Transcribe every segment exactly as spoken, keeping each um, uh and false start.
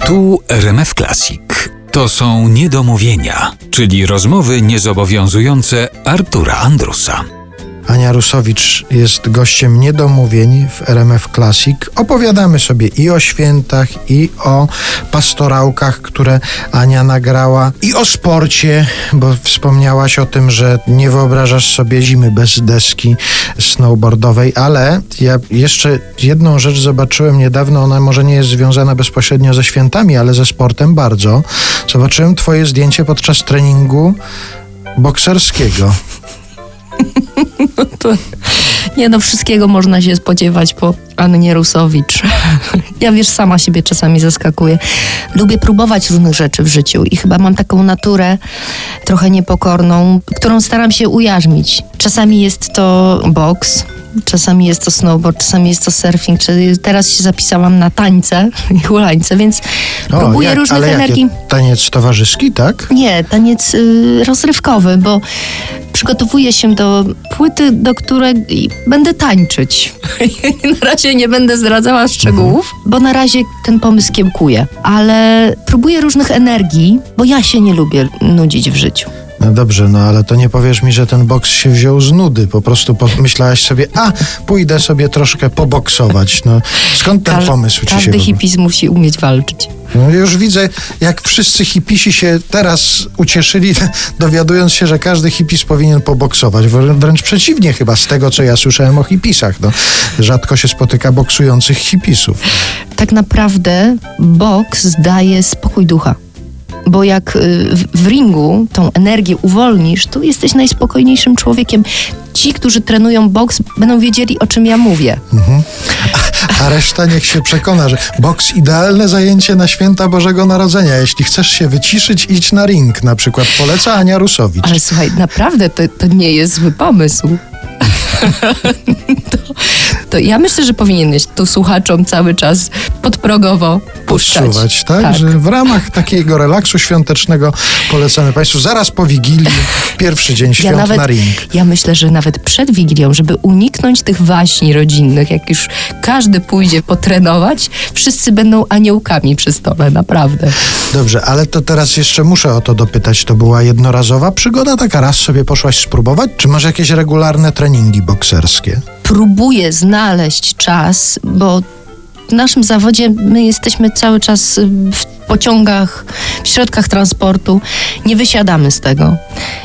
Tu R M F Classic. To są niedomówienia, czyli rozmowy niezobowiązujące Artura Andrusa. Ania Rusowicz jest gościem niedomówień w R M F Classic. Opowiadamy sobie i o świętach, i o pastorałkach, które Ania nagrała, i o sporcie, bo wspomniałaś o tym, że nie wyobrażasz sobie zimy bez deski snowboardowej, ale ja jeszcze jedną rzecz zobaczyłem niedawno, ona może nie jest związana bezpośrednio ze świętami, ale ze sportem bardzo. Zobaczyłem twoje zdjęcie podczas treningu bokserskiego. No to nie no, wszystkiego można się spodziewać po Annie Rusowicz. Ja wiesz, sama siebie czasami zaskakuję. Lubię próbować różnych rzeczy w życiu i chyba mam taką naturę trochę niepokorną, którą staram się ujarzmić. Czasami jest to boks, czasami jest to snowboard, czasami jest to surfing, czy teraz się zapisałam na tańce i hulańce, więc o, próbuję jak, różnych ale energii. Jakie? Taniec towarzyski, tak? Nie, taniec y, rozrywkowy, bo przygotowuję się do płyty, do której będę tańczyć. Na razie nie będę zdradzała szczegółów, mhm. bo na razie ten pomysł kiełkuję, ale próbuję różnych energii, bo ja się nie lubię nudzić w życiu. No dobrze, no ale to nie powiesz mi, że ten boks się wziął z nudy. Po prostu pomyślałaś sobie, a pójdę sobie troszkę poboksować. No skąd ten Każ, pomysł ci się Każdy hipis musi umieć walczyć. No już widzę, jak wszyscy hipisi się teraz ucieszyli, dowiadując się, że każdy hipis powinien poboksować. Wręcz przeciwnie chyba z tego, co ja słyszałem o hipisach. No, rzadko się spotyka boksujących hipisów. Tak naprawdę boks daje spokój ducha. Bo jak w ringu tą energię uwolnisz, to jesteś najspokojniejszym człowiekiem. Ci, którzy trenują boks, będą wiedzieli, o czym ja mówię. Mhm. A, a reszta niech się przekona, że boks idealne zajęcie na święta Bożego Narodzenia. Jeśli chcesz się wyciszyć, idź na ring. Na przykład poleca Ania Rusowicz. Ale słuchaj, naprawdę to, to nie jest zły pomysł. to, to ja myślę, że powinieneś tu słuchaczom cały czas podprogowo puszczać. Podsuwać, tak? tak? Że w ramach takiego relaksu świątecznego polecamy Państwu zaraz po Wigilii, pierwszy dzień świąt ja nawet, na ring. Ja myślę, że nawet przed Wigilią, żeby uniknąć tych waśni rodzinnych, jak już każdy pójdzie potrenować, wszyscy będą aniołkami przy stole, naprawdę. Dobrze, ale to teraz jeszcze muszę o to dopytać. To była jednorazowa przygoda? Taka raz sobie poszłaś spróbować? Czy masz jakieś regularne treningi bokserskie? Próbuję znaleźć czas, bo w naszym zawodzie my jesteśmy cały czas w pociągach, w środkach transportu. Nie wysiadamy z tego.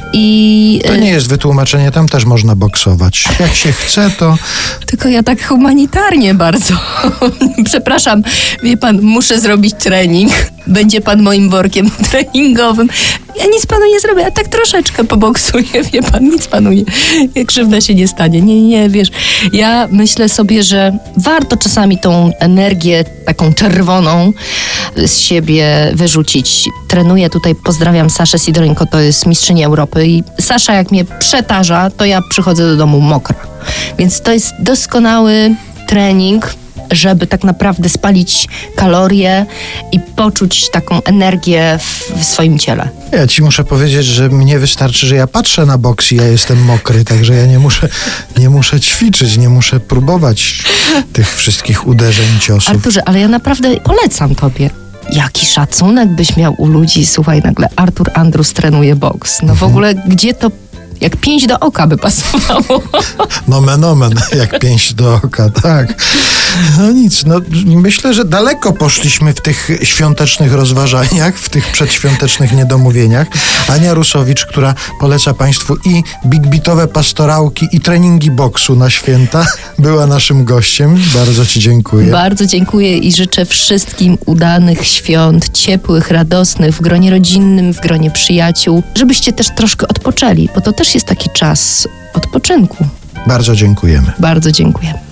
I to nie jest wytłumaczenie, tam też można boksować. Jak się chce, to... Tylko ja tak humanitarnie bardzo. Przepraszam, wie pan, muszę zrobić trening. Będzie pan moim workiem treningowym. Ja nic panu nie zrobię, a tak troszeczkę poboksuję, wie pan, nic panu nie, krzywda się nie stanie. Nie, nie, wiesz, ja myślę sobie, że warto czasami tą energię taką czerwoną z siebie wyrzucić. Trenuję tutaj, pozdrawiam Saszę Sidorenko, to jest mistrzyni Europy i Sasza jak mnie przetarza, to ja przychodzę do domu mokra. Więc to jest doskonały trening, żeby tak naprawdę spalić kalorie i poczuć taką energię w, w swoim ciele. Ja ci muszę powiedzieć, że mnie wystarczy, że ja patrzę na boks i ja jestem mokry, także ja nie muszę, nie muszę ćwiczyć, nie muszę próbować tych wszystkich uderzeń, ciosów. Arturze, ale ja naprawdę polecam tobie. Jaki szacunek byś miał u ludzi, słuchaj, nagle Artur Andrus trenuje boks. No w ogóle gdzie to jak pięść do oka by pasowało. Nomen omen, jak pięść do oka, tak. No nic, no myślę, że daleko poszliśmy w tych świątecznych rozważaniach, w tych przedświątecznych niedomówieniach. Ania Rusowicz, która poleca Państwu i big beatowe pastorałki, i treningi boksu na święta, była naszym gościem. Bardzo Ci dziękuję. Bardzo dziękuję i życzę wszystkim udanych świąt, ciepłych, radosnych, w gronie rodzinnym, w gronie przyjaciół, żebyście też troszkę odpoczęli, bo to też jest taki czas odpoczynku. Bardzo dziękujemy. Bardzo dziękuję.